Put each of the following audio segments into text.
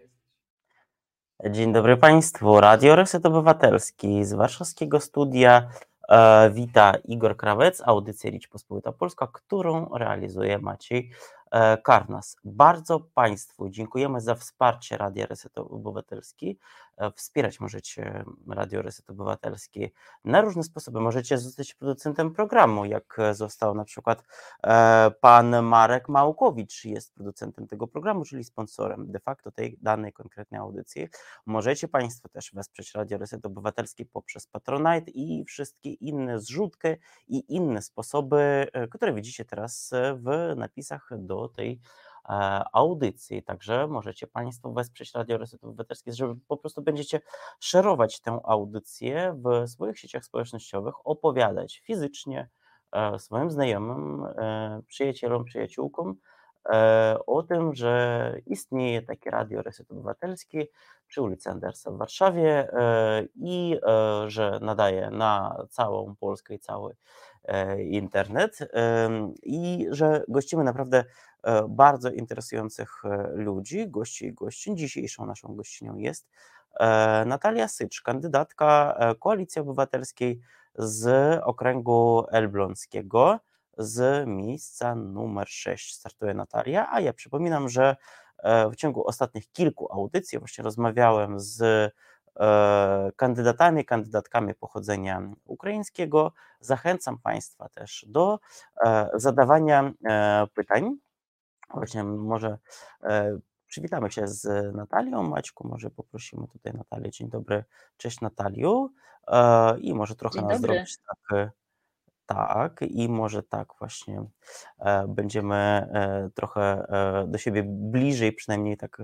Dzień dobry Państwu. Radio Reset Obywatelski z warszawskiego studia wita Igor Krawec, audycja Rzeczpospolita Polska, którą realizuje Maciej Karnas. Bardzo Państwu dziękujemy za wsparcie Radia Reset Obywatelski. Wspierać możecie Radio Reset Obywatelski na różne sposoby. Możecie zostać producentem programu, jak został na przykład pan Marek Małkowicz, jest producentem tego programu, czyli sponsorem de facto tej danej konkretnej audycji. Możecie Państwo też wesprzeć Radio Reset Obywatelski poprzez Patronite i wszystkie inne zrzutki i inne sposoby, które widzicie teraz w napisach do tej audycji. Także możecie Państwo wesprzeć Radio Reset Obywatelski, żeby po prostu będziecie szerować tę audycję w swoich sieciach społecznościowych, opowiadać fizycznie swoim znajomym, przyjacielom, przyjaciółkom o tym, że istnieje takie Radio Reset Obywatelski przy ulicy Andersa w Warszawie i że nadaje na całą Polskę i cały internet i że gościmy naprawdę bardzo interesujących ludzi, gości i gościń. Dzisiejszą naszą gościnią jest Natalia Sycz, kandydatka Koalicji Obywatelskiej z okręgu elbląskiego. Z miejsca numer 6 startuje Natalia, a ja przypominam, że w ciągu ostatnich kilku audycji właśnie rozmawiałem z kandydatkami pochodzenia ukraińskiego. Zachęcam Państwa też do zadawania pytań. Właśnie może przywitamy się z Natalią. Maćku, może poprosimy tutaj Natalię. Dzień dobry, cześć Nataliu. I może trochę Dzień nas dobry. zrobić tak, i może tak właśnie będziemy trochę do siebie bliżej, przynajmniej tak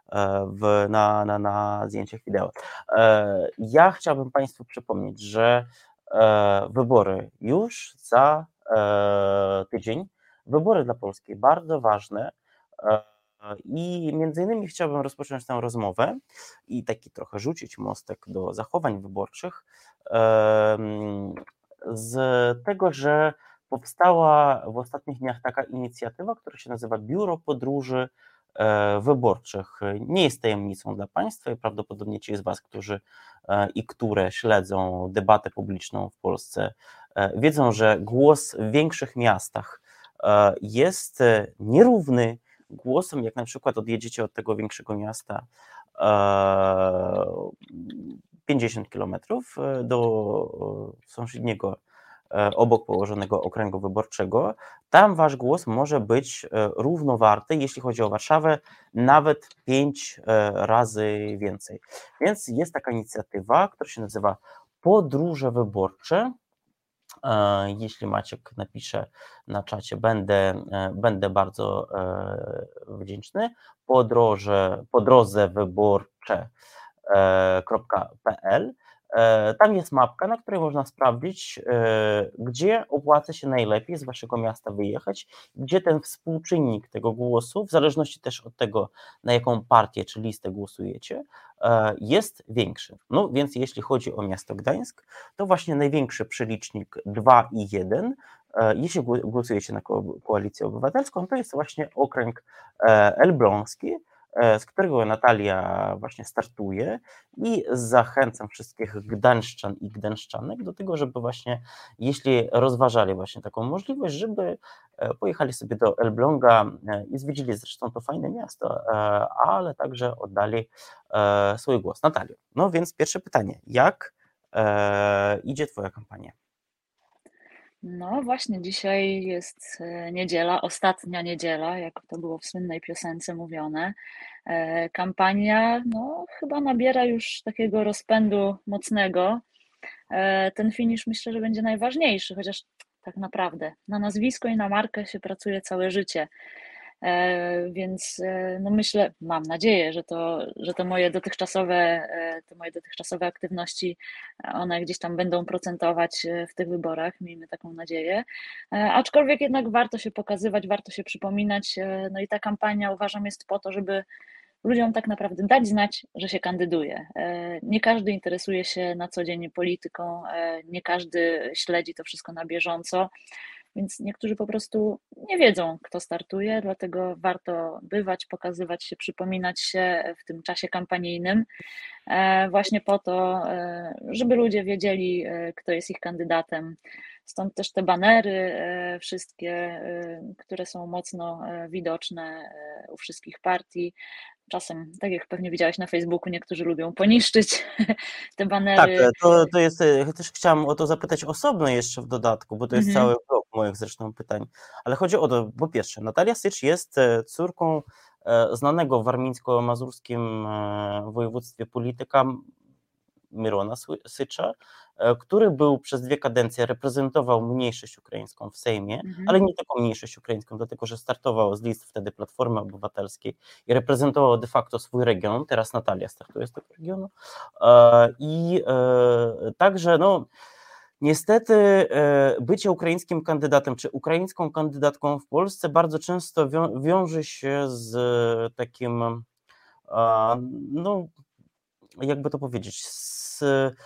na zdjęciach wideo. Ja chciałbym Państwu przypomnieć, że wybory już za tydzień, wybory dla Polski bardzo ważne i między innymi chciałbym rozpocząć tę rozmowę i taki trochę rzucić mostek do zachowań wyborczych z tego, że powstała w ostatnich dniach taka inicjatywa, która się nazywa Biuro Podróży Wyborczych. Nie jest tajemnicą dla Państwa i prawdopodobnie ci z Was, którzy i które śledzą debatę publiczną w Polsce, wiedzą, że głos w większych miastach jest nierówny głosem, jak na przykład odjedziecie od tego większego miasta 50 kilometrów do sąsiedniego, obok położonego okręgu wyborczego, tam wasz głos może być równowarty, jeśli chodzi o Warszawę, nawet 5 razy więcej. Więc jest taka inicjatywa, która się nazywa Podróże Wyborcze. Jeśli Maciek napisze na czacie, będę bardzo wdzięczny. podrozewyborcze.pl. Tam jest mapka, na której można sprawdzić, gdzie opłaca się najlepiej z waszego miasta wyjechać, gdzie ten współczynnik tego głosu, w zależności też od tego, na jaką partię czy listę głosujecie, jest większy. No więc jeśli chodzi o miasto Gdańsk, to właśnie największy przelicznik 2,1. Jeśli głosujecie na Koalicję Obywatelską, to jest właśnie okręg elbląski, z którego Natalia właśnie startuje i zachęcam wszystkich gdańszczan i gdańszczanek do tego, żeby właśnie, jeśli rozważali właśnie taką możliwość, żeby pojechali sobie do Elbląga i zwiedzili, zresztą to fajne miasto, ale także oddali swój głos. Natalio, no więc pierwsze pytanie, jak idzie Twoja kampania? No właśnie, dzisiaj jest niedziela, ostatnia niedziela, jak to było w słynnej piosence mówione. Kampania no, chyba nabiera już takiego rozpędu mocnego. Ten finisz myślę, że będzie najważniejszy, chociaż tak naprawdę na nazwisko i na markę się pracuje całe życie. Więc no myślę, mam nadzieję, że te moje dotychczasowe aktywności, one gdzieś tam będą procentować w tych wyborach, miejmy taką nadzieję. Aczkolwiek jednak warto się pokazywać, warto się przypominać, no i ta kampania uważam jest po to, żeby ludziom tak naprawdę dać znać, że się kandyduje. Nie każdy interesuje się na co dzień polityką, nie każdy śledzi to wszystko na bieżąco. więc niektórzy po prostu nie wiedzą, kto startuje, dlatego warto bywać, pokazywać się, przypominać się w tym czasie kampanijnym, właśnie po to, żeby ludzie wiedzieli, kto jest ich kandydatem. Stąd też te banery, wszystkie, które są mocno widoczne u wszystkich partii. Czasem, tak jak pewnie widziałaś na Facebooku, niektórzy lubią poniszczyć te Tak, banery. to jest, też chciałam o to zapytać osobno jeszcze w dodatku, bo to jest Mhm, cały blok moich zresztą pytań, ale chodzi o to, po pierwsze, Natalia Sycz jest córką znanego w warmińsko-mazurskim województwie polityka Mirona Sycza, który był przez 2 kadencje, reprezentował mniejszość ukraińską w Sejmie, mhm, ale nie tylko mniejszość ukraińską, dlatego że startował z list wtedy Platformy Obywatelskiej i reprezentował de facto swój region. Teraz Natalia startuje z tego regionu. I także, no, niestety bycie ukraińskim kandydatem, czy ukraińską kandydatką w Polsce bardzo często wiąże się z takim, no, jakby to powiedzieć, z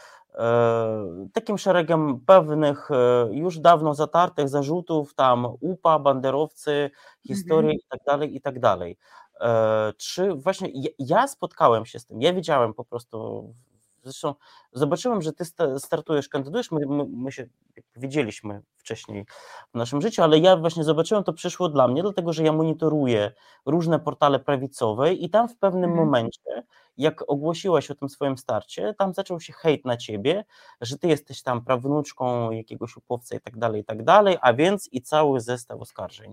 takim szeregiem pewnych już dawno zatartych zarzutów, tam UPA, banderowcy, mhm, historie i tak dalej, i tak dalej. Czy właśnie ja spotkałem się z tym, ja wiedziałem po prostu, zresztą zobaczyłem, że ty startujesz, kandydujesz, my się widzieliśmy wcześniej w naszym życiu, ale ja właśnie zobaczyłem, to przyszło dla mnie, dlatego że ja monitoruję różne portale prawicowe i tam w pewnym mhm. momencie, jak ogłosiłaś o tym swoim starcie, tam zaczął się hejt na ciebie, że ty jesteś tam prawnuczką jakiegoś upowca i tak dalej, a więc i cały zestaw oskarżeń.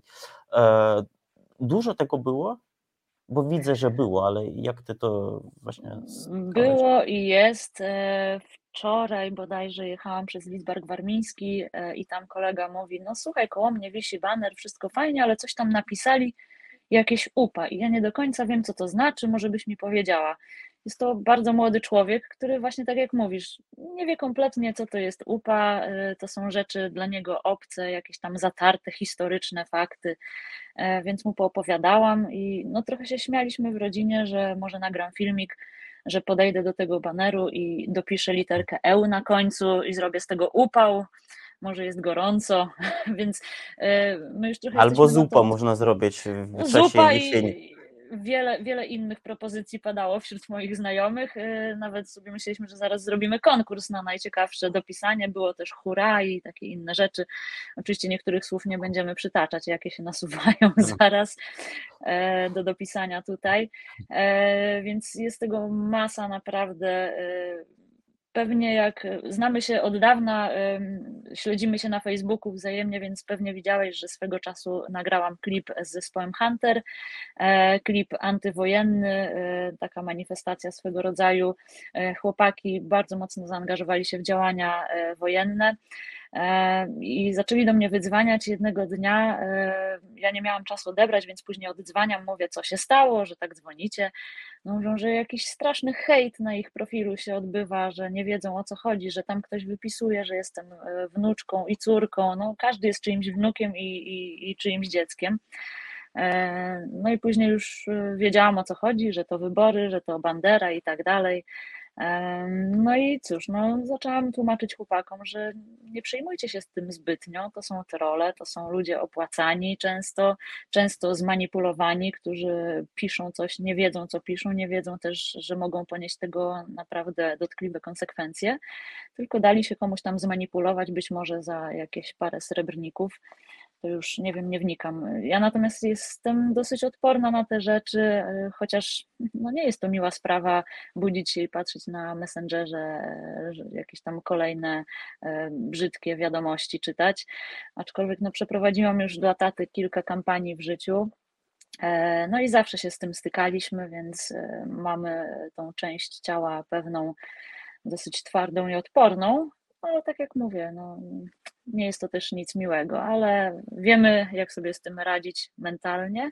Dużo tego było? Bo widzę, że było, ale jak ty to właśnie spotkałaś? Było i jest. Wczoraj bodajże jechałam przez Lidzbark Warmiński i tam kolega mówi, no słuchaj, koło mnie wisi baner, wszystko fajnie, ale coś tam napisali, jakieś UPA i ja nie do końca wiem, co to znaczy, może byś mi powiedziała. Jest to bardzo młody człowiek, który właśnie tak jak mówisz, nie wie kompletnie, co to jest UPA, to są rzeczy dla niego obce, jakieś tam zatarte, historyczne fakty, więc mu poopowiadałam i no trochę się śmialiśmy w rodzinie, że może nagram filmik, że podejdę do tego baneru i dopiszę literkę EU na końcu i zrobię z tego upał, może jest gorąco, więc my już trochę Albo jesteśmy na zupa to. można zrobić w czasie Zupa jesieni. i wiele innych propozycji padało wśród moich znajomych. Nawet sobie myśleliśmy, że zaraz zrobimy konkurs na najciekawsze dopisanie. Było też hurra i takie inne rzeczy. Oczywiście niektórych słów nie będziemy przytaczać, jakie się nasuwają zaraz do dopisania tutaj. Więc jest tego masa naprawdę. Pewnie jak znamy się od dawna, śledzimy się na Facebooku wzajemnie, więc pewnie widziałeś, że swego czasu nagrałam klip z zespołem Hunter, klip antywojenny, taka manifestacja swego rodzaju. Chłopaki bardzo mocno zaangażowali się w działania wojenne i zaczęli do mnie wydzwaniać jednego dnia. Ja nie miałam czasu odebrać, więc później oddzwaniam, mówię, co się stało, że tak dzwonicie. No, mówią, że jakiś straszny hejt na ich profilu się odbywa, że nie wiedzą, o co chodzi, że tam ktoś wypisuje, że jestem wnuczką i córką. No, każdy jest czyimś wnukiem i czyimś dzieckiem. No i później już wiedziałam, o co chodzi, że to wybory, że to bandera i tak dalej. No i cóż, no, zaczęłam tłumaczyć chłopakom, że nie przejmujcie się z tym zbytnio, to są trolle, to są ludzie opłacani często zmanipulowani, którzy piszą coś, nie wiedzą, co piszą, nie wiedzą też, że mogą ponieść tego naprawdę dotkliwe konsekwencje, tylko dali się komuś tam zmanipulować, być może za jakieś parę srebrników. To już nie wiem, nie wnikam. Ja natomiast jestem dosyć odporna na te rzeczy, chociaż no nie jest to miła sprawa budzić się i patrzeć na Messengerze, że jakieś tam kolejne brzydkie wiadomości czytać. Aczkolwiek no, przeprowadziłam już dla taty kilka kampanii w życiu. No i zawsze się z tym stykaliśmy, więc mamy tą część ciała pewną, dosyć twardą i odporną, ale tak jak mówię, no, nie jest to też nic miłego, ale wiemy, jak sobie z tym radzić mentalnie.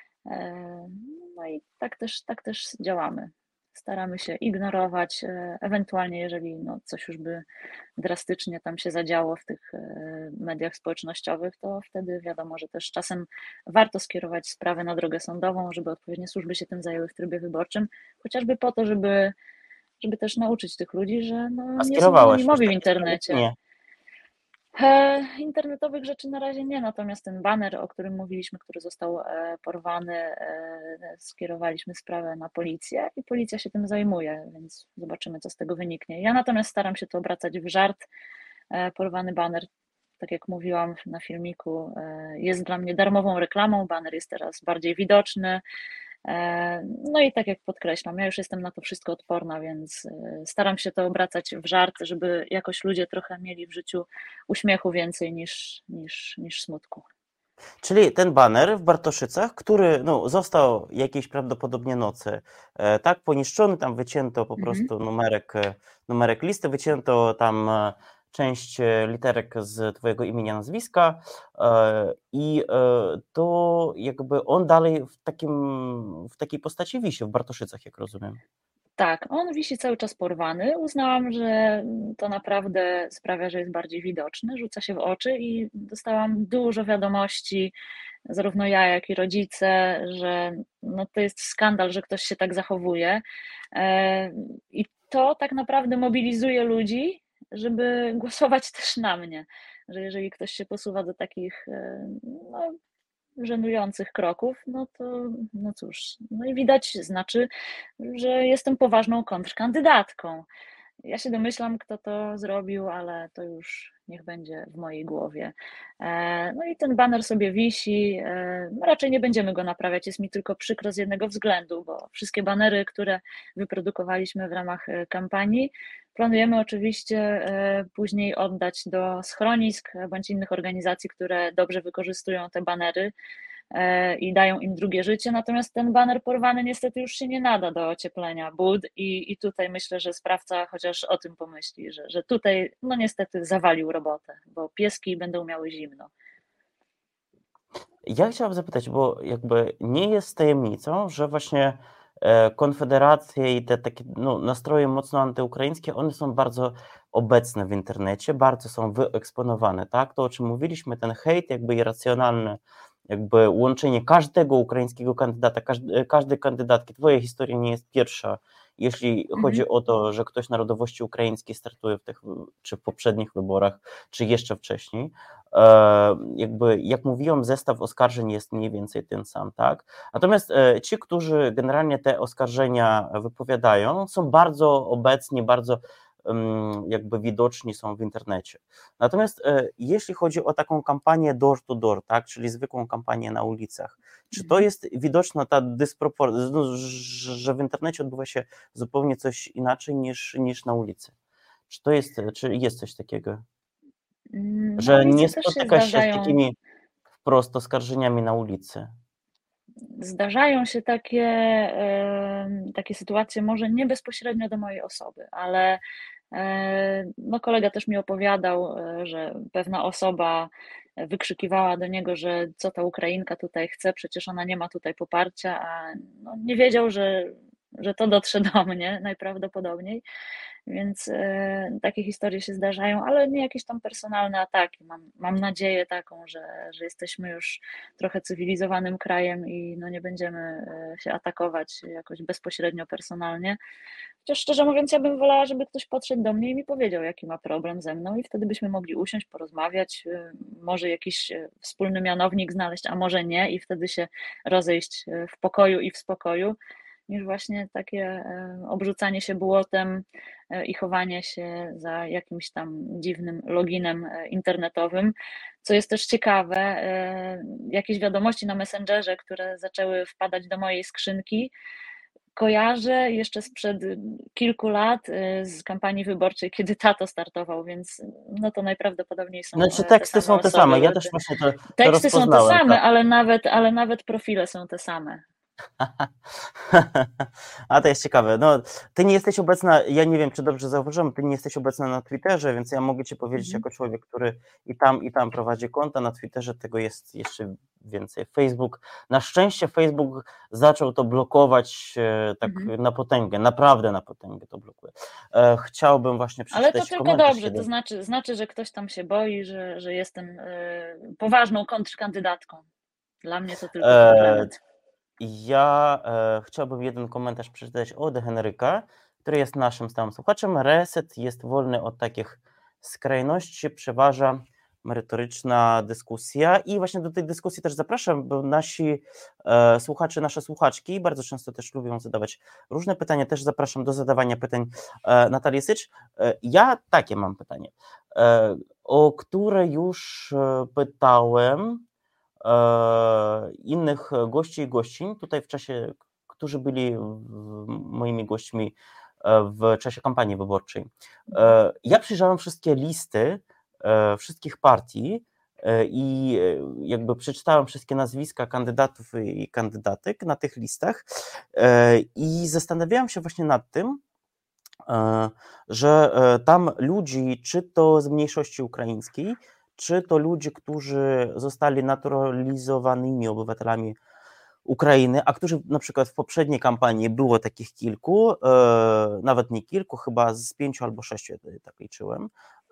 No i tak też działamy. Staramy się ignorować, ewentualnie jeżeli no, coś już by drastycznie tam się zadziało w tych mediach społecznościowych, to wtedy wiadomo, że też czasem warto skierować sprawę na drogę sądową, żeby odpowiednie służby się tym zajęły w trybie wyborczym, chociażby po to, żeby też nauczyć tych ludzi, że no, A nie są skierowałaś już anonimowi w takie sprawy, czy internecie. nie? Internetowych rzeczy na razie nie, natomiast ten baner, o którym mówiliśmy, który został porwany, skierowaliśmy sprawę na policję i policja się tym zajmuje, więc zobaczymy, co z tego wyniknie. Ja natomiast staram się to obracać w żart. Porwany baner, tak jak mówiłam na filmiku, jest dla mnie darmową reklamą, baner jest teraz bardziej widoczny. No i tak jak podkreślam, ja już jestem na to wszystko odporna, więc staram się to obracać w żart, żeby jakoś ludzie trochę mieli w życiu uśmiechu więcej niż smutku. Czyli ten baner w Bartoszycach, który no, został jakiejś prawdopodobnie nocy, tak, poniszczony, tam wycięto po Mhm. prostu numerek listy, wycięto tam część literek z twojego imienia, nazwiska i to jakby on dalej w takiej postaci wisi w Bartoszycach, jak rozumiem. Tak, on wisi cały czas porwany. Uznałam, że to naprawdę sprawia, że jest bardziej widoczny, rzuca się w oczy i dostałam dużo wiadomości, zarówno ja, jak i rodzice, że no to jest skandal, że ktoś się tak zachowuje. I to tak naprawdę mobilizuje ludzi, żeby głosować też na mnie, że jeżeli ktoś się posuwa do takich no, żenujących kroków, no to no cóż, no i widać, znaczy, że jestem poważną kontrkandydatką. Ja się domyślam, kto to zrobił, ale to już niech będzie w mojej głowie. No i ten baner sobie wisi. Raczej nie będziemy go naprawiać. Jest mi tylko przykro z jednego względu, bo wszystkie banery, które wyprodukowaliśmy w ramach kampanii, planujemy oczywiście później oddać do schronisk bądź innych organizacji, które dobrze wykorzystują te banery i dają im drugie życie, natomiast ten baner porwany niestety już się nie nada do ocieplenia bud i tutaj myślę, że sprawca chociaż o tym pomyśli, że tutaj no niestety zawalił robotę, bo pieski będą miały zimno. Ja chciałam zapytać, bo jakby nie jest tajemnicą, że właśnie Konfederacje i te takie no, nastroje mocno antyukraińskie, one są bardzo obecne w internecie, bardzo są wyeksponowane, tak? To, o czym mówiliśmy, ten hejt jakby irracjonalny, jakby łączenie każdego ukraińskiego kandydata, każdej kandydatki, twoja historia nie jest pierwsza, jeśli Mhm. chodzi o to, że ktoś narodowości ukraińskiej startuje w tych, czy w poprzednich wyborach, czy jeszcze wcześniej. Jakby, jak mówiłem, zestaw oskarżeń jest mniej więcej ten sam, tak? Natomiast ci, którzy generalnie te oskarżenia wypowiadają, są bardzo obecni, bardzo jakby widoczni są w internecie. Natomiast jeśli chodzi o taką kampanię door to door, tak, czyli zwykłą kampanię na ulicach, czy to Mhm. jest widoczna ta dysproporcja, że w internecie odbywa się zupełnie coś inaczej niż na ulicy? Czy jest coś takiego? Na Że nie ulicy też się spotykasz się z zdarzają. takimi wprost oskarżeniami na ulicy. Zdarzają się takie sytuacje, może nie bezpośrednio do mojej osoby, ale no kolega też mi opowiadał, że pewna osoba wykrzykiwała do niego, że co ta Ukrainka tutaj chce, przecież ona nie ma tutaj poparcia, a no nie wiedział, że to dotrze do mnie najprawdopodobniej. Więc takie historie się zdarzają, ale nie jakieś tam personalne ataki. Mam nadzieję taką, że jesteśmy już trochę cywilizowanym krajem i no nie będziemy się atakować jakoś bezpośrednio personalnie. Chociaż szczerze mówiąc, ja bym wolała, żeby ktoś podszedł do mnie i mi powiedział, jaki ma problem ze mną, i wtedy byśmy mogli usiąść, porozmawiać, może jakiś wspólny mianownik znaleźć, a może nie, i wtedy się rozejść w pokoju i w spokoju, niż właśnie takie obrzucanie się błotem i chowanie się za jakimś tam dziwnym loginem internetowym. Co jest też ciekawe, jakieś wiadomości na Messengerze, które zaczęły wpadać do mojej skrzynki, kojarzę jeszcze sprzed kilku lat z kampanii wyborczej, kiedy tato startował, więc no to najprawdopodobniej są Znaczy te teksty same są te osoby, same, ja bo też właśnie to teksty są te rozpoznałem, tak. same, ale nawet profile są te same. A to jest ciekawe. No, ty nie jesteś obecna, ja nie wiem, czy dobrze zauważyłem, ty nie jesteś obecna na Twitterze, więc ja mogę ci powiedzieć Mhm. jako człowiek, który i tam prowadzi konta, na Twitterze tego jest jeszcze więcej. Facebook, na szczęście Facebook zaczął to blokować tak Mhm. na potęgę, naprawdę na potęgę to blokuje. Chciałbym właśnie Ale to przeczytać tylko komentarz dobrze, to jeden. znaczy, że ktoś tam się boi, że jestem poważną kontrkandydatką. Dla mnie to tylko E, komplement. Ja chciałbym jeden komentarz przeczytać od Henryka, który jest naszym stałym słuchaczem. Reset jest wolny od takich skrajności, przeważa merytoryczna dyskusja i właśnie do tej dyskusji też zapraszam, bo nasi słuchacze, nasze słuchaczki bardzo często też lubią zadawać różne pytania, też zapraszam do zadawania pytań Natalii Sycz. Ja takie mam pytanie, o które już pytałem innych gości i gościń tutaj w czasie, którzy byli moimi gośćmi w czasie kampanii wyborczej. Ja przyjrzałem wszystkie listy wszystkich partii i jakby przeczytałem wszystkie nazwiska kandydatów i kandydatek na tych listach i zastanawiałem się właśnie nad tym, że tam ludzi, czy to z mniejszości ukraińskiej, czy to ludzi, którzy zostali naturalizowanymi obywatelami Ukrainy, a którzy na przykład w poprzedniej kampanii było takich kilku, nawet nie kilku, chyba z 5 albo 6, tak liczyłem.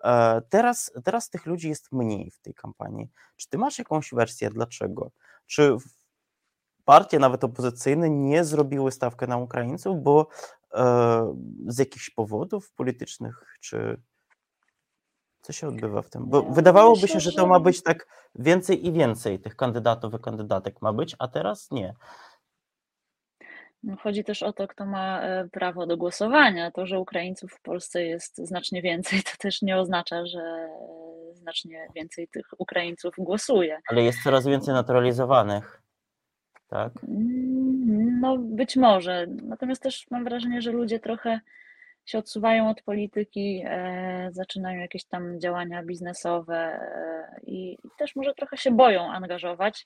Teraz tych ludzi jest mniej w tej kampanii. Czy ty masz jakąś wersję, dlaczego? Czy partie, nawet opozycyjne, nie zrobiły stawkę na Ukraińców, bo z jakichś powodów politycznych, czy co się odbywa w tym? Bo wydawałoby się, że to ma być tak więcej i więcej tych kandydatów i kandydatek ma być, a teraz nie. No, chodzi też o to, kto ma prawo do głosowania. To, że Ukraińców w Polsce jest znacznie więcej, to też nie oznacza, że znacznie więcej tych Ukraińców głosuje. Ale jest coraz więcej naturalizowanych, tak? No być może. Natomiast też mam wrażenie, że ludzie trochę się odsuwają od polityki, zaczynają jakieś tam działania biznesowe i też może trochę się boją angażować.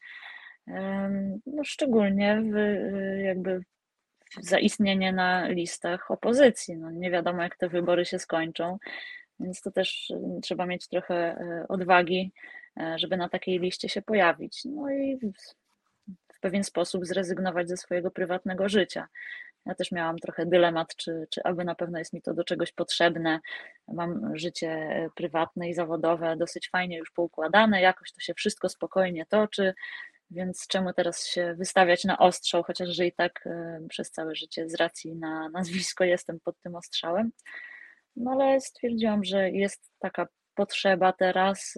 No szczególnie jakby zaistnienie na listach opozycji. No, nie wiadomo, jak te wybory się skończą, więc to też trzeba mieć trochę odwagi, żeby na takiej liście się pojawić. No i w pewien sposób zrezygnować ze swojego prywatnego życia. Ja też miałam trochę dylemat, czy aby na pewno jest mi to do czegoś potrzebne. Mam życie prywatne i zawodowe dosyć fajnie już poukładane, jakoś to się wszystko spokojnie toczy, więc czemu teraz się wystawiać na ostrzał, chociaż że i tak przez całe życie z racji na nazwisko jestem pod tym ostrzałem. No ale stwierdziłam, że jest taka potrzeba teraz.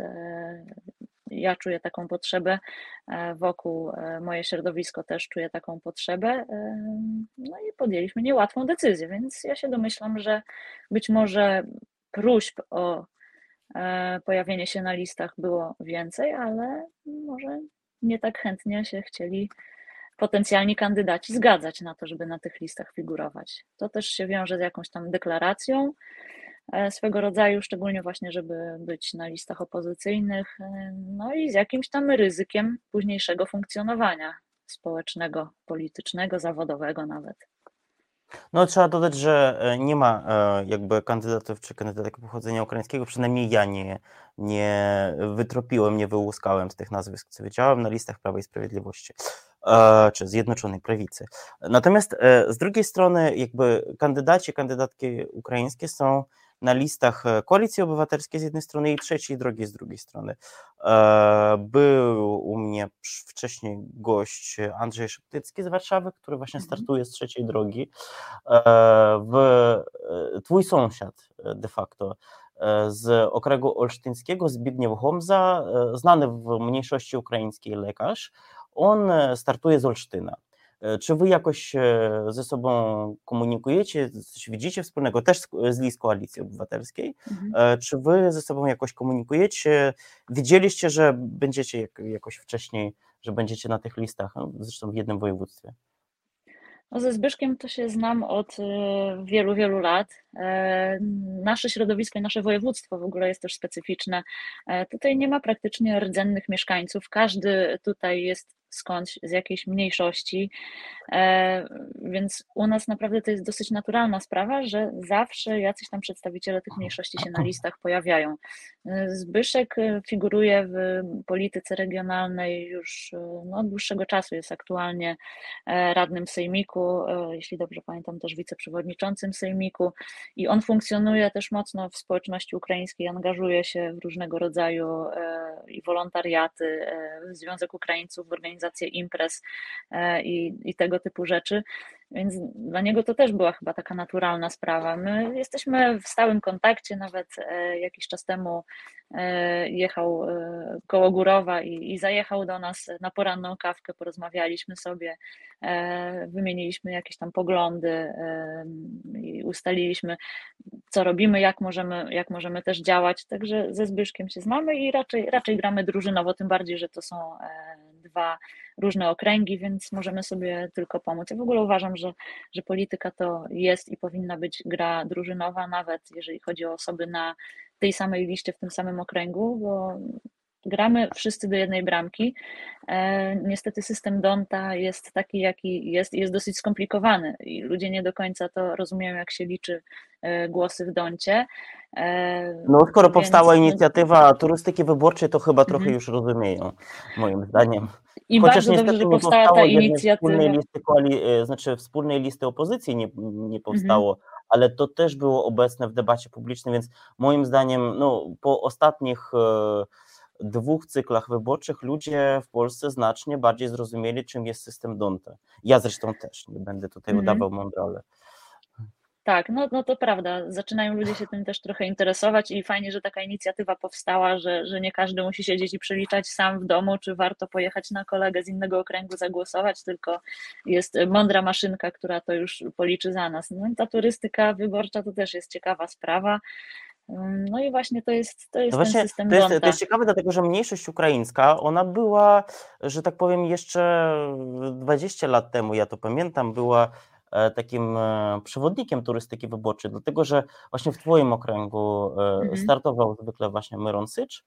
Ja czuję taką potrzebę, wokół moje środowisko też czuje taką potrzebę. No i podjęliśmy niełatwą decyzję, więc ja się domyślam, że być może próśb o pojawienie się na listach było więcej, ale może nie tak chętnie się chcieli potencjalni kandydaci zgadzać na to, żeby na tych listach figurować. To też się wiąże z jakąś tam deklaracją swego rodzaju, szczególnie właśnie, żeby być na listach opozycyjnych, no i z jakimś tam ryzykiem późniejszego funkcjonowania społecznego, politycznego, zawodowego nawet. No trzeba dodać, że nie ma jakby kandydatów czy kandydatek pochodzenia ukraińskiego, przynajmniej ja nie wytropiłem, nie wyłuskałem z tych nazwisk, co wiedziałem, na listach Prawa i Sprawiedliwości czy Zjednoczonej Prawicy. Natomiast z drugiej strony jakby kandydatki ukraińskie są na listach Koalicji Obywatelskiej z jednej strony i Trzeciej Drogi z drugiej strony. Był u mnie wcześniej gość Andrzej Szeptycki z Warszawy, który właśnie startuje z Trzeciej Drogi. Twój sąsiad de facto z okręgu olsztyńskiego, Zbigniew Homza, znany w mniejszości ukraińskiej lekarz, on startuje z Olsztyna. Czy wy jakoś ze sobą komunikujecie, coś widzicie wspólnego, też z list Koalicji Obywatelskiej? Czy wy ze sobą jakoś komunikujecie? Wiedzieliście, że będziecie jakoś wcześniej, że będziecie na tych listach, no, zresztą w jednym województwie? No ze Zbyszkiem to się znam od wielu, wielu lat. Nasze środowisko i nasze województwo w ogóle jest też specyficzne. Tutaj nie ma praktycznie rdzennych mieszkańców. Każdy tutaj jest skądś, z jakiejś mniejszości, więc u nas naprawdę to jest dosyć naturalna sprawa, że zawsze jacyś tam przedstawiciele tych mniejszości się na listach pojawiają. Zbyszek figuruje w polityce regionalnej już no, od dłuższego czasu, jest aktualnie radnym sejmiku, jeśli dobrze pamiętam też wiceprzewodniczącym sejmiku i on funkcjonuje też mocno w społeczności ukraińskiej, angażuje się w różnego rodzaju i wolontariaty, w Związek Ukraińców, w organizację imprez i tego typu rzeczy, więc dla niego to też była chyba taka naturalna sprawa. My jesteśmy w stałym kontakcie, nawet jakiś czas temu jechał koło Górowa i zajechał do nas na poranną kawkę, porozmawialiśmy sobie, wymieniliśmy jakieś tam poglądy i ustaliliśmy, co robimy, jak możemy też działać. Także ze Zbyszkiem się znamy i raczej gramy drużynowo, tym bardziej, że to są dwa różne okręgi, więc możemy sobie tylko pomóc. Ja w ogóle uważam, że polityka to jest i powinna być gra drużynowa, nawet jeżeli chodzi o osoby na tej samej liście, w tym samym okręgu, bo gramy wszyscy do jednej bramki. Niestety system Donta jest taki, jaki jest dosyć skomplikowany i ludzie nie do końca to rozumieją, jak się liczy głosy w Doncie. No, skoro powstała Więc inicjatywa turystyki wyborczej, to chyba trochę mhm. już rozumieją, moim zdaniem. I Chociaż bardzo dobrze, niestety że nie powstała ta powstało jednej wspólnej inicjatywa. listy znaczy wspólnej listy opozycji nie Mhm. powstało, ale to też było obecne w debacie publicznej, więc moim zdaniem no, po ostatnich 2 cyklach wyborczych ludzie w Polsce znacznie bardziej zrozumieli, czym jest system D'Hondta. Ja zresztą też, nie będę tutaj udawał mądrale. Tak, no to prawda. Zaczynają ludzie się tym też trochę interesować i fajnie, że taka inicjatywa powstała, że nie każdy musi siedzieć i przeliczać sam w domu, czy warto pojechać na kolegę z innego okręgu zagłosować, tylko jest mądra maszynka, która to już policzy za nas. No i ta turystyka wyborcza to też jest ciekawa sprawa. No i właśnie to jest No ten właśnie, system to D'Hondta. jest ciekawe, dlatego że mniejszość ukraińska, ona była, że tak powiem, jeszcze 20 lat temu, ja to pamiętam, była takim przewodnikiem turystyki wyborczej, dlatego że właśnie w twoim okręgu Mhm. startował zwykle właśnie Myron Sycz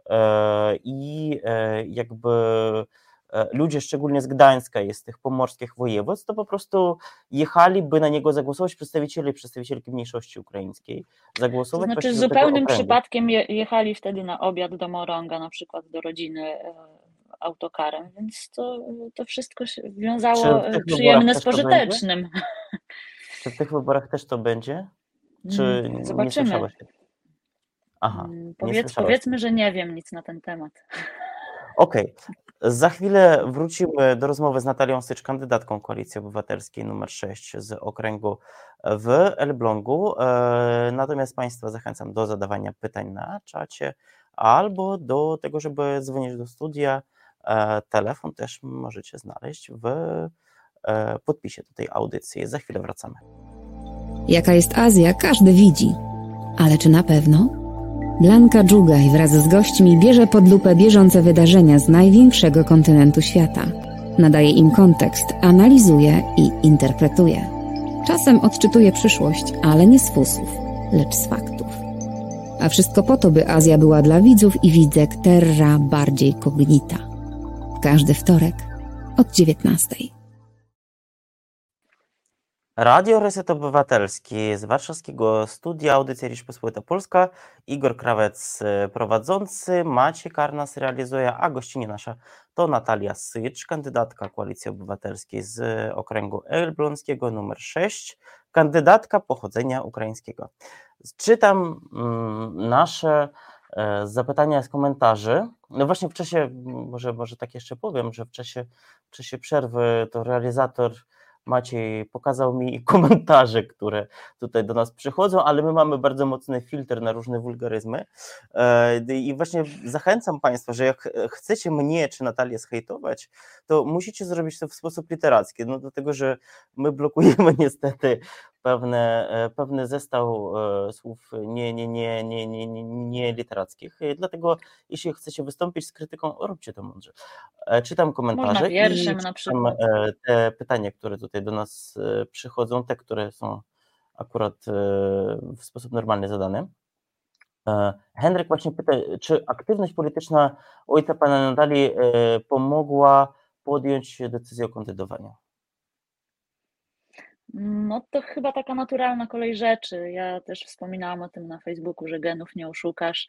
i jakby ludzie, szczególnie z Gdańska i z tych pomorskich województw, to po prostu jechali, by na niego zagłosować, przedstawicielki mniejszości ukraińskiej, To zagłosować znaczy właśnie do tego zupełnym okręgu. przypadkiem jechali wtedy na obiad do Morąga, na przykład do rodziny autokarem, więc to wszystko się Czy wiązało w tych wyborach przyjemne z też to będzie? pożytecznym. Czy w tych wyborach też to będzie? Czy nie Zobaczymy. słyszałaś? Aha, nie słyszałaś. Powiedzmy, że nie wiem nic na ten temat. Okej. Za chwilę wrócimy do rozmowy z Natalią Sycz, kandydatką Koalicji Obywatelskiej numer 6 z okręgu w Elblągu. Natomiast Państwa zachęcam do zadawania pytań na czacie albo do tego, żeby dzwonić do studia. Telefon też możecie znaleźć w podpisie do tej audycji. Za chwilę wracamy. Jaka jest Azja, każdy widzi. Ale czy na pewno? Blanka Dżugaj wraz z gośćmi bierze pod lupę bieżące wydarzenia z największego kontynentu świata. Nadaje im kontekst, analizuje i interpretuje. Czasem odczytuje przyszłość, ale nie z fusów, lecz z faktów. A wszystko po to, by Azja była dla widzów i widzek terra bardziej cognita. Każdy wtorek od 19:00. Radio Reset Obywatelski z warszawskiego studia, audycja Rzeczpospolita Polska, Igor Krawec prowadzący, Maciej Karnas realizuje, a gościnie nasza to Natalia Sycz, kandydatka Koalicji Obywatelskiej z okręgu elbląskiego numer 6, kandydatka pochodzenia ukraińskiego. Czytam nasze zapytania z komentarzy. No właśnie w czasie, może tak jeszcze powiem, że w czasie przerwy to realizator Maciej pokazał mi komentarze, które tutaj do nas przychodzą, ale my mamy bardzo mocny filtr na różne wulgaryzmy i właśnie zachęcam Państwa, że jak chcecie mnie czy Natalię zhejtować, to musicie zrobić to w sposób literacki, no dlatego, że my blokujemy niestety pewny zestaw słów nie literackich, dlatego jeśli chcecie wystąpić z krytyką, róbcie to mądrze. Czytam komentarze Można i wierszem na czytam przykład. te pytania, które tutaj do nas przychodzą, te, które są akurat w sposób normalny zadane. Henryk właśnie pyta, czy aktywność polityczna ojca pana Natalii pomogła podjąć decyzję o kandydowaniu? No to chyba taka naturalna kolej rzeczy. Ja też wspominałam o tym na Facebooku, że genów nie oszukasz.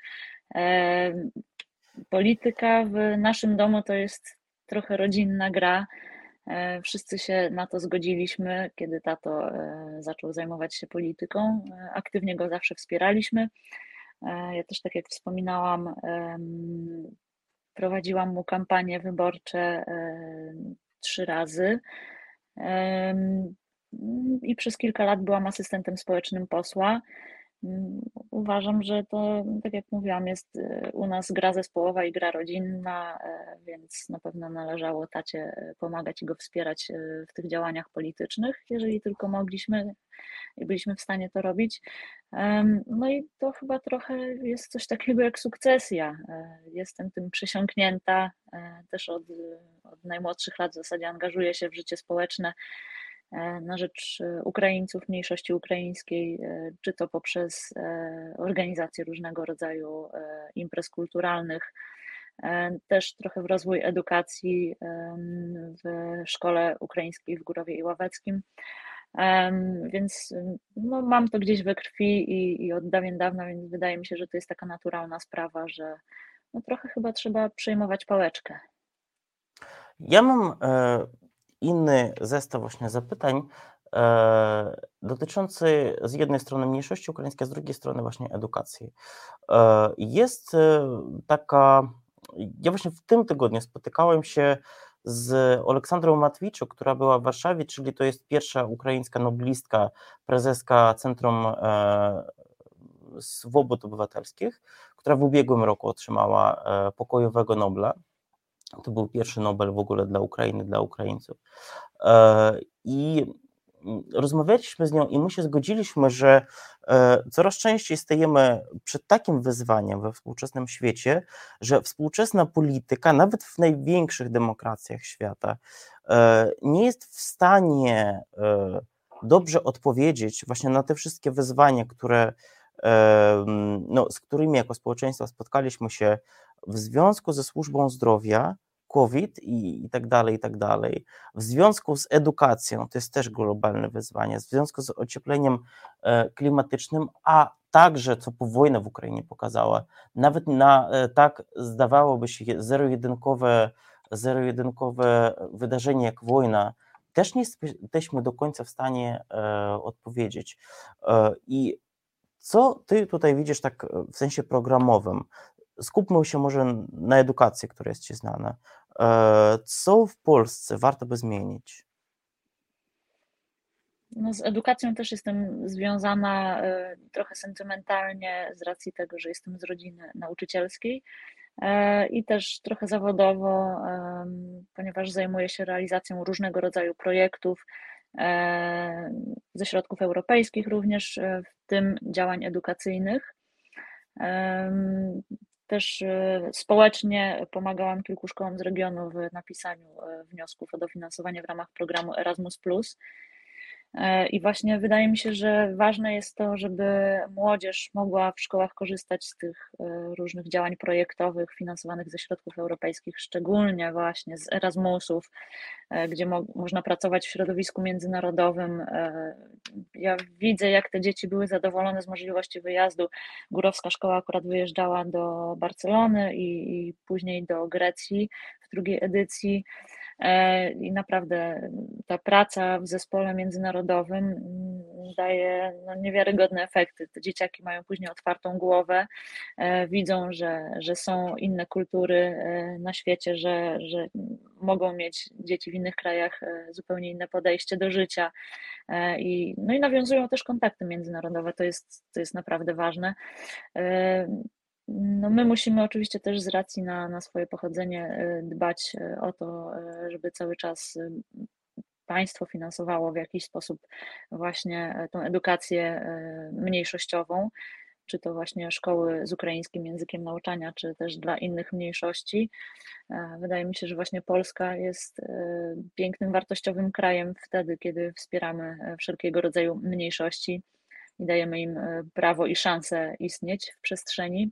Polityka w naszym domu to jest trochę rodzinna gra. Wszyscy się na to zgodziliśmy, kiedy tato zaczął zajmować się polityką. Aktywnie go zawsze wspieraliśmy. Ja też, tak jak wspominałam, prowadziłam mu kampanie wyborcze 3 razy. i przez kilka lat byłam asystentem społecznym posła. Uważam, że to, tak jak mówiłam, jest u nas gra zespołowa i gra rodzinna, więc na pewno należało tacie pomagać i go wspierać w tych działaniach politycznych, jeżeli tylko mogliśmy i byliśmy w stanie to robić. No i to chyba trochę jest coś takiego jak sukcesja. Jestem tym przesiąknięta, też od najmłodszych lat w zasadzie angażuję się w życie społeczne na rzecz Ukraińców, mniejszości ukraińskiej, czy to poprzez organizację różnego rodzaju imprez kulturalnych, też trochę w rozwój edukacji w szkole ukraińskiej w Górowie i Ławeckim. Więc no, mam to gdzieś we krwi i od dawien dawna, więc wydaje mi się, że to jest taka naturalna sprawa, że no, trochę chyba trzeba przejmować pałeczkę. Ja mam inny zestaw właśnie zapytań dotyczący z jednej strony mniejszości ukraińskiej, a z drugiej strony właśnie edukacji. Jest taka, ja właśnie w tym tygodniu spotykałem się z Oleksandrą Matwiczuk, która była w Warszawie, czyli to jest pierwsza ukraińska noblistka, prezeska Centrum Swobód Obywatelskich, która w ubiegłym roku otrzymała pokojowego Nobla. To był pierwszy Nobel w ogóle dla Ukrainy, dla Ukraińców. I rozmawialiśmy z nią i my się zgodziliśmy, że coraz częściej stajemy przed takim wyzwaniem we współczesnym świecie, że współczesna polityka, nawet w największych demokracjach świata, nie jest w stanie dobrze odpowiedzieć właśnie na te wszystkie wyzwania, z którymi jako społeczeństwo spotkaliśmy się w związku ze służbą zdrowia, COVID i tak dalej, w związku z edukacją, to jest też globalne wyzwanie, w związku z ociepleniem klimatycznym, a także, co wojna w Ukrainie pokazała, nawet na tak zdawałoby się zero-jedynkowe wydarzenie jak wojna, też nie jesteśmy do końca w stanie odpowiedzieć. I co ty tutaj widzisz tak w sensie programowym? Skupmy się może na edukacji, która jest ci znana. Co w Polsce warto by zmienić? No, z edukacją też jestem związana trochę sentymentalnie z racji tego, że jestem z rodziny nauczycielskiej i też trochę zawodowo, ponieważ zajmuję się realizacją różnego rodzaju projektów ze środków europejskich, również w tym działań edukacyjnych. Też społecznie pomagałam kilku szkołom z regionu w napisaniu wniosków o dofinansowanie w ramach programu Erasmus+. I właśnie wydaje mi się, że ważne jest to, żeby młodzież mogła w szkołach korzystać z tych różnych działań projektowych finansowanych ze środków europejskich, szczególnie właśnie z Erasmusów, gdzie można pracować w środowisku międzynarodowym. Ja widzę, jak te dzieci były zadowolone z możliwości wyjazdu. Górowska szkoła akurat wyjeżdżała do Barcelony i później do Grecji w drugiej edycji. I naprawdę ta praca w zespole międzynarodowym daje niewiarygodne efekty. Te dzieciaki mają później otwartą głowę, widzą, że są inne kultury na świecie, że mogą mieć dzieci w innych krajach zupełnie inne podejście do życia i nawiązują też kontakty międzynarodowe. To jest naprawdę ważne. No my musimy oczywiście też z racji na swoje pochodzenie dbać o to, żeby cały czas państwo finansowało w jakiś sposób właśnie tą edukację mniejszościową, czy to właśnie szkoły z ukraińskim językiem nauczania, czy też dla innych mniejszości. Wydaje mi się, że właśnie Polska jest pięknym, wartościowym krajem wtedy, kiedy wspieramy wszelkiego rodzaju mniejszości i dajemy im prawo i szansę istnieć w przestrzeni.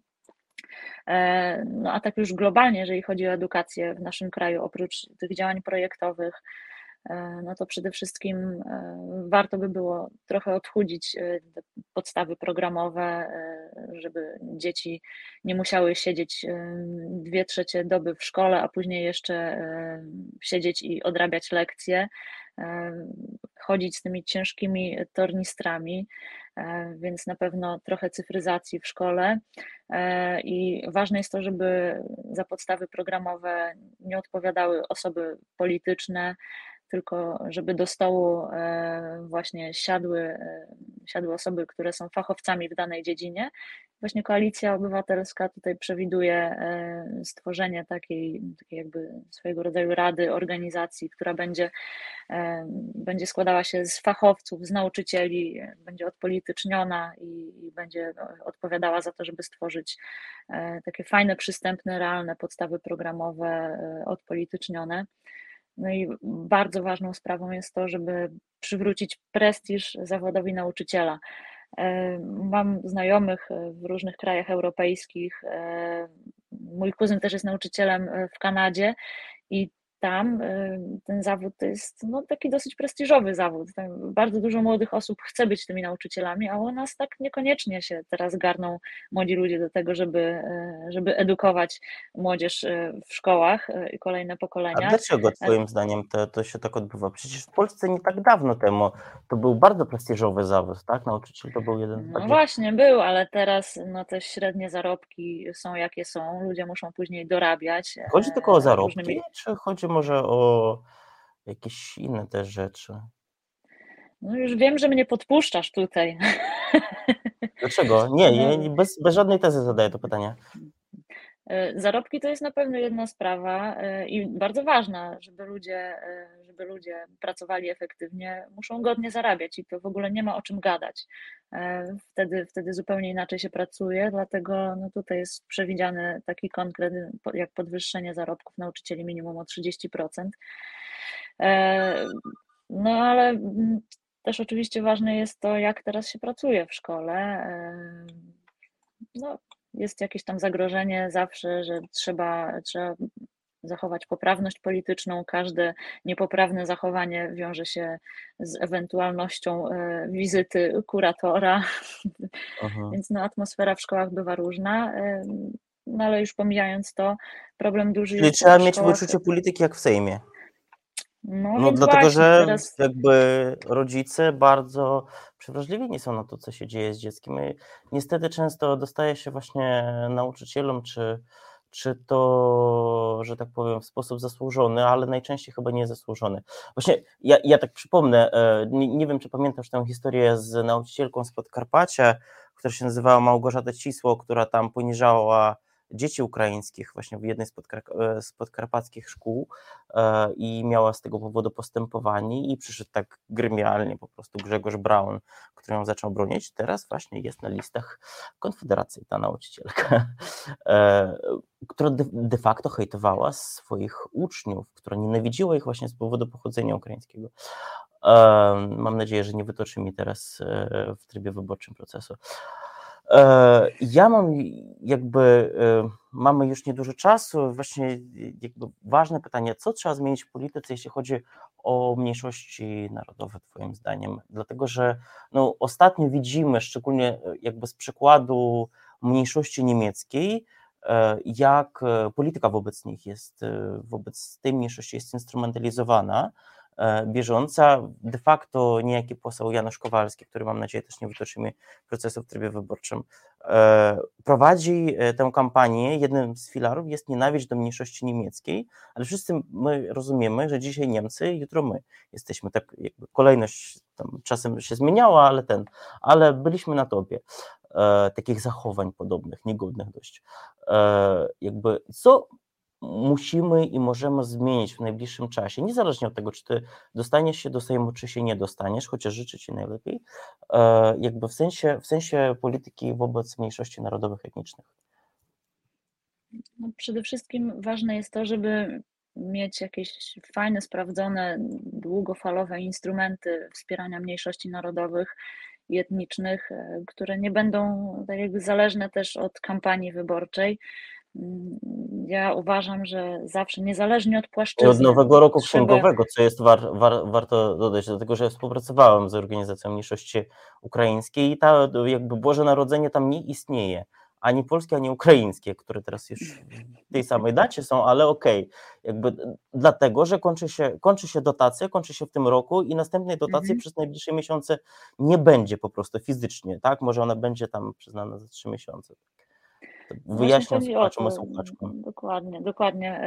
No a tak już globalnie, jeżeli chodzi o edukację w naszym kraju, oprócz tych działań projektowych, no to przede wszystkim warto by było trochę odchudzić te podstawy programowe, żeby dzieci nie musiały siedzieć 2/3 doby w szkole, a później jeszcze siedzieć i odrabiać lekcje, chodzić z tymi ciężkimi tornistrami, więc na pewno trochę cyfryzacji w szkole i ważne jest to, żeby za podstawy programowe nie odpowiadały osoby polityczne, tylko żeby do stołu właśnie siadły osoby, które są fachowcami w danej dziedzinie. Właśnie Koalicja Obywatelska tutaj przewiduje stworzenie takiej jakby swojego rodzaju rady, organizacji, która będzie składała się z fachowców, z nauczycieli, będzie odpolityczniona i będzie odpowiadała za to, żeby stworzyć takie fajne, przystępne, realne podstawy programowe, odpolitycznione. No i bardzo ważną sprawą jest to, żeby przywrócić prestiż zawodowi nauczyciela. Mam znajomych w różnych krajach europejskich. Mój kuzyn też jest nauczycielem w Kanadzie i tam ten zawód to jest taki dosyć prestiżowy zawód. Tam bardzo dużo młodych osób chce być tymi nauczycielami, a u nas tak niekoniecznie się teraz garną młodzi ludzie do tego, żeby edukować młodzież w szkołach i kolejne A pokolenia. dlaczego twoim zdaniem to się tak odbywa? Przecież w Polsce nie tak dawno temu to był bardzo prestiżowy zawód, tak? Nauczyciel to był jeden z No bardziej... właśnie był, ale teraz te średnie zarobki są jakie są, ludzie muszą później dorabiać Chodzi tylko o zarobki, różnymi... czy chodzi może o jakieś inne też rzeczy? No już wiem, że mnie podpuszczasz tutaj. Dlaczego? Nie, bez żadnej tezy zadaję to pytanie. Zarobki to jest na pewno jedna sprawa i bardzo ważna, żeby ludzie pracowali efektywnie, muszą godnie zarabiać i to w ogóle nie ma o czym gadać. Wtedy zupełnie inaczej się pracuje, dlatego tutaj jest przewidziany taki konkret jak podwyższenie zarobków nauczycieli minimum o 30%. No ale też oczywiście ważne jest to, jak teraz się pracuje w szkole. Jest jakieś tam zagrożenie zawsze, że trzeba zachować poprawność polityczną. Każde niepoprawne zachowanie wiąże się z ewentualnością wizyty kuratora, więc atmosfera w szkołach bywa różna. No ale już pomijając to, problem duży Czyli jest trzeba w mieć szkołach... wyczucie polityki jak w Sejmie. Więc dlatego, właśnie, że teraz... jakby rodzice bardzo przewrażliwieni są na to, co się dzieje z dzieckiem. I niestety często dostaje się właśnie nauczycielom, czy to, że tak powiem, w sposób zasłużony, ale najczęściej chyba niezasłużony. Właśnie ja tak przypomnę, nie wiem, czy pamiętasz tę historię z nauczycielką z Podkarpacia, która się nazywała Małgorzata Cisło, która tam poniżała dzieci ukraińskich właśnie w jednej z podkarpackich szkół i miała z tego powodu postępowanie i przyszedł tak gremialnie po prostu Grzegorz Braun, który ją zaczął bronić. Teraz właśnie jest na listach Konfederacji ta nauczycielka, która de facto hejtowała swoich uczniów, która nienawidziła ich właśnie z powodu pochodzenia ukraińskiego. Mam nadzieję, że nie wytoczy mi teraz w trybie wyborczym procesu. Ja mamy już niedużo czasu, właśnie jakby ważne pytanie, co trzeba zmienić w polityce, jeśli chodzi o mniejszości narodowe, twoim zdaniem? Dlatego, że ostatnio widzimy, szczególnie jakby z przykładu mniejszości niemieckiej, jak polityka wobec nich jest, wobec tej mniejszości jest instrumentalizowana, bieżąca. De facto niejaki poseł Janusz Kowalski, który mam nadzieję też nie wytoczy mi procesu w trybie wyborczym, prowadzi tę kampanię. Jednym z filarów jest nienawiść do mniejszości niemieckiej, ale wszyscy my rozumiemy, że dzisiaj Niemcy, jutro my jesteśmy, tak jakby kolejność tam czasem się zmieniała, ale byliśmy na topie takich zachowań podobnych, niegodnych dość. Jakby co musimy i możemy zmienić w najbliższym czasie, niezależnie od tego, czy ty dostaniesz się do Sejmu, czy się nie dostaniesz, chociaż życzę ci najlepiej, jakby w sensie polityki wobec mniejszości narodowych, etnicznych. Przede wszystkim ważne jest to, żeby mieć jakieś fajne, sprawdzone, długofalowe instrumenty wspierania mniejszości narodowych i etnicznych, które nie będą tak jakby zależne też od kampanii wyborczej. Ja uważam, że zawsze, niezależnie od płaszczyzny... Od nowego roku księgowego, co jest warto dodać, dlatego że współpracowałem z organizacją mniejszości ukraińskiej i jakby Boże Narodzenie tam nie istnieje. Ani polskie, ani ukraińskie, które teraz już w tej samej dacie są, ale okej. Jakby dlatego, że kończy się dotacja, kończy się w tym roku i następnej dotacji przez najbliższe miesiące nie będzie po prostu fizycznie, tak? Może ona będzie tam przyznana za 3 miesiące. Wyjaśniam chodzi o słuchaczom i to, słuchaczkom. dokładnie.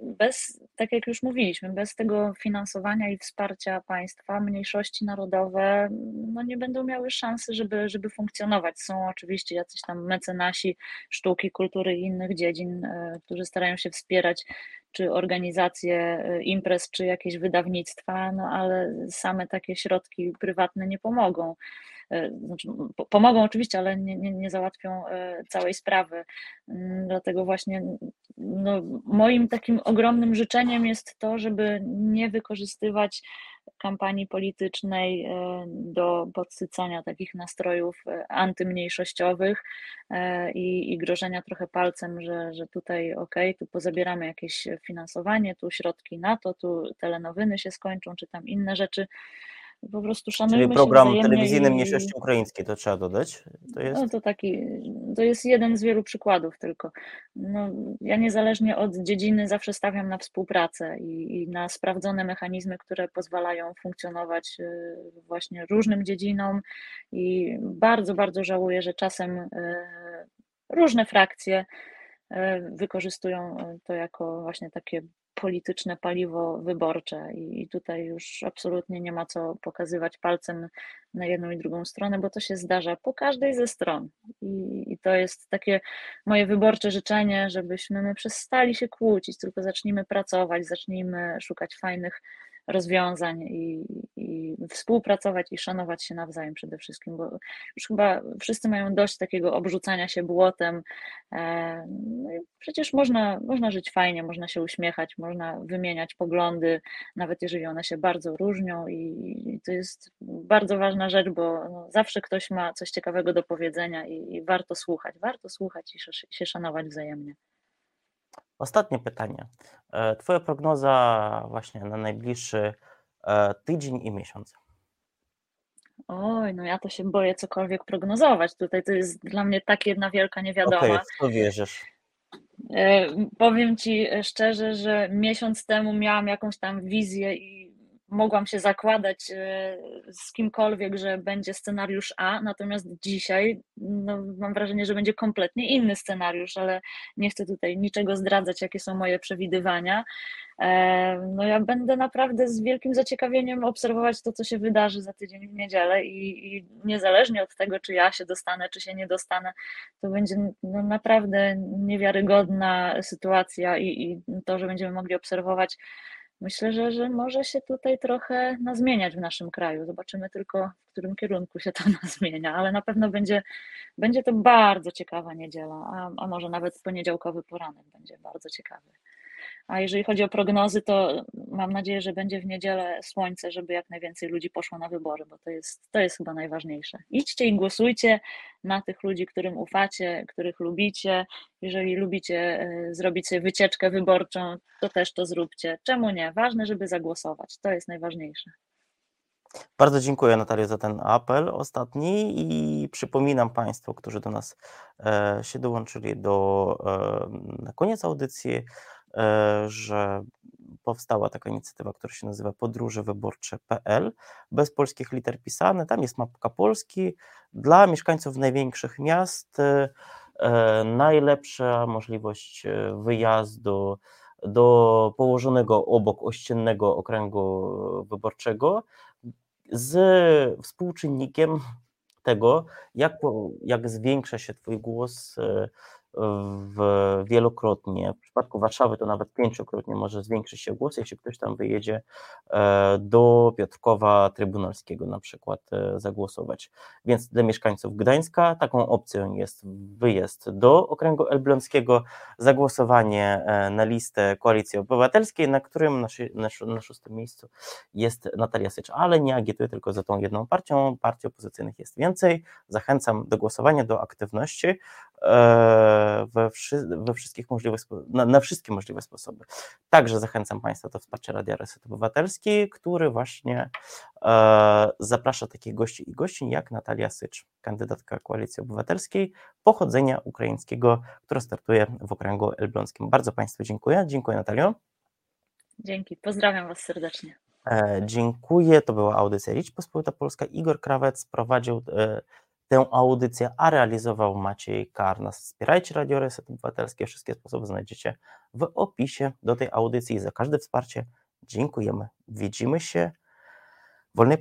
Tak jak już mówiliśmy, bez tego finansowania i wsparcia państwa mniejszości narodowe no nie będą miały szansy, żeby funkcjonować. Są oczywiście jacyś tam mecenasi sztuki, kultury i innych dziedzin, którzy starają się wspierać czy organizacje imprez, czy jakieś wydawnictwa, no ale same takie środki prywatne nie pomogą. Znaczy, pomogą oczywiście, ale nie załatwią całej sprawy. Dlatego właśnie no, moim takim ogromnym życzeniem jest to, żeby nie wykorzystywać kampanii politycznej do podsycania takich nastrojów antymniejszościowych i grożenia trochę palcem, że tutaj tu pozabieramy jakieś finansowanie, tu środki na to, tu telenowyny się skończą, czy tam inne rzeczy. Po prostu Czyli szanujmy się program wzajemnie telewizyjny i mniejszości ukraińskiej, to trzeba dodać. To no jest? to jest jeden z wielu przykładów tylko. No, ja niezależnie od dziedziny zawsze stawiam na współpracę i na sprawdzone mechanizmy, które pozwalają funkcjonować właśnie różnym dziedzinom i bardzo, bardzo żałuję, że czasem różne frakcje wykorzystują to jako właśnie takie polityczne paliwo wyborcze i tutaj już absolutnie nie ma co pokazywać palcem na jedną i drugą stronę, bo to się zdarza po każdej ze stron i to jest takie moje wyborcze życzenie, żebyśmy my przestali się kłócić, tylko zacznijmy pracować, zacznijmy szukać fajnych rozwiązań i współpracować i szanować się nawzajem przede wszystkim, bo już chyba wszyscy mają dość takiego obrzucania się błotem. No i przecież można żyć fajnie, można się uśmiechać, można wymieniać poglądy, nawet jeżeli one się bardzo różnią i to jest bardzo ważna rzecz, bo no, zawsze ktoś ma coś ciekawego do powiedzenia i warto słuchać i się szanować wzajemnie. Ostatnie pytanie. Twoja prognoza właśnie na najbliższy tydzień i miesiąc. Oj, no ja to się boję cokolwiek prognozować. Tutaj to jest dla mnie tak jedna wielka niewiadoma. Okej, w co wierzysz? Powiem Ci szczerze, że miesiąc temu miałam jakąś tam wizję i mogłam się zakładać z kimkolwiek, że będzie scenariusz A, natomiast dzisiaj no, mam wrażenie, że będzie kompletnie inny scenariusz, ale nie chcę tutaj niczego zdradzać, jakie są moje przewidywania. No ja będę naprawdę z wielkim zaciekawieniem obserwować to, co się wydarzy za tydzień w niedzielę i niezależnie od tego, czy ja się dostanę, czy się nie dostanę, to będzie no naprawdę niewiarygodna sytuacja i to, że będziemy mogli obserwować, myślę, że może się tutaj trochę nazmieniać w naszym kraju. Zobaczymy tylko, w którym kierunku się to nazmienia, ale na pewno będzie to bardzo ciekawa niedziela, a może nawet poniedziałkowy poranek będzie bardzo ciekawy. A jeżeli chodzi o prognozy, to mam nadzieję, że będzie w niedzielę słońce, żeby jak najwięcej ludzi poszło na wybory, bo to jest chyba najważniejsze. Idźcie i głosujcie na tych ludzi, którym ufacie, których lubicie. Jeżeli lubicie zrobić sobie wycieczkę wyborczą, to też to zróbcie. Czemu nie? Ważne, żeby zagłosować. To jest najważniejsze. Bardzo dziękuję, Natalio, za ten apel ostatni i przypominam Państwu, którzy do nas się dołączyli na koniec audycji, że powstała taka inicjatywa, która się nazywa podróżewyborcze.pl, bez polskich liter pisane. Tam jest mapka Polski dla mieszkańców największych miast. Najlepsza możliwość wyjazdu do położonego obok ościennego okręgu wyborczego z współczynnikiem tego, jak zwiększa się Twój głos wielokrotnie. W przypadku Warszawy to nawet 5-krotnie może zwiększyć się głos, jeśli ktoś tam wyjedzie do Piotrkowa Trybunalskiego na przykład zagłosować. Więc dla mieszkańców Gdańska taką opcją jest wyjazd do okręgu elbląskiego, zagłosowanie na listę Koalicji Obywatelskiej, na którym na 6. miejscu jest Natalia Sycz, ale nie agituję tylko za tą jedną partią, partii opozycyjnych jest więcej. Zachęcam do głosowania, do aktywności we wszystkich na wszystkie możliwe sposoby. Także zachęcam Państwa do wsparcia Radia Reset Obywatelski, który właśnie zaprasza takich gości i gościń jak Natalia Sycz, kandydatka Koalicji Obywatelskiej, pochodzenia ukraińskiego, która startuje w okręgu elbląskim. Bardzo Państwu dziękuję. Dziękuję, Natalio. Dzięki, pozdrawiam Was serdecznie. Dziękuję, to była audycja Rzeczpospolita Polska. Igor Krawec prowadził tę audycję, a realizował Maciej Karnas. Wspierajcie Radio Reset Obywatelskie, wszystkie sposoby znajdziecie w opisie do tej audycji. Za każde wsparcie dziękujemy. Widzimy się w wolnej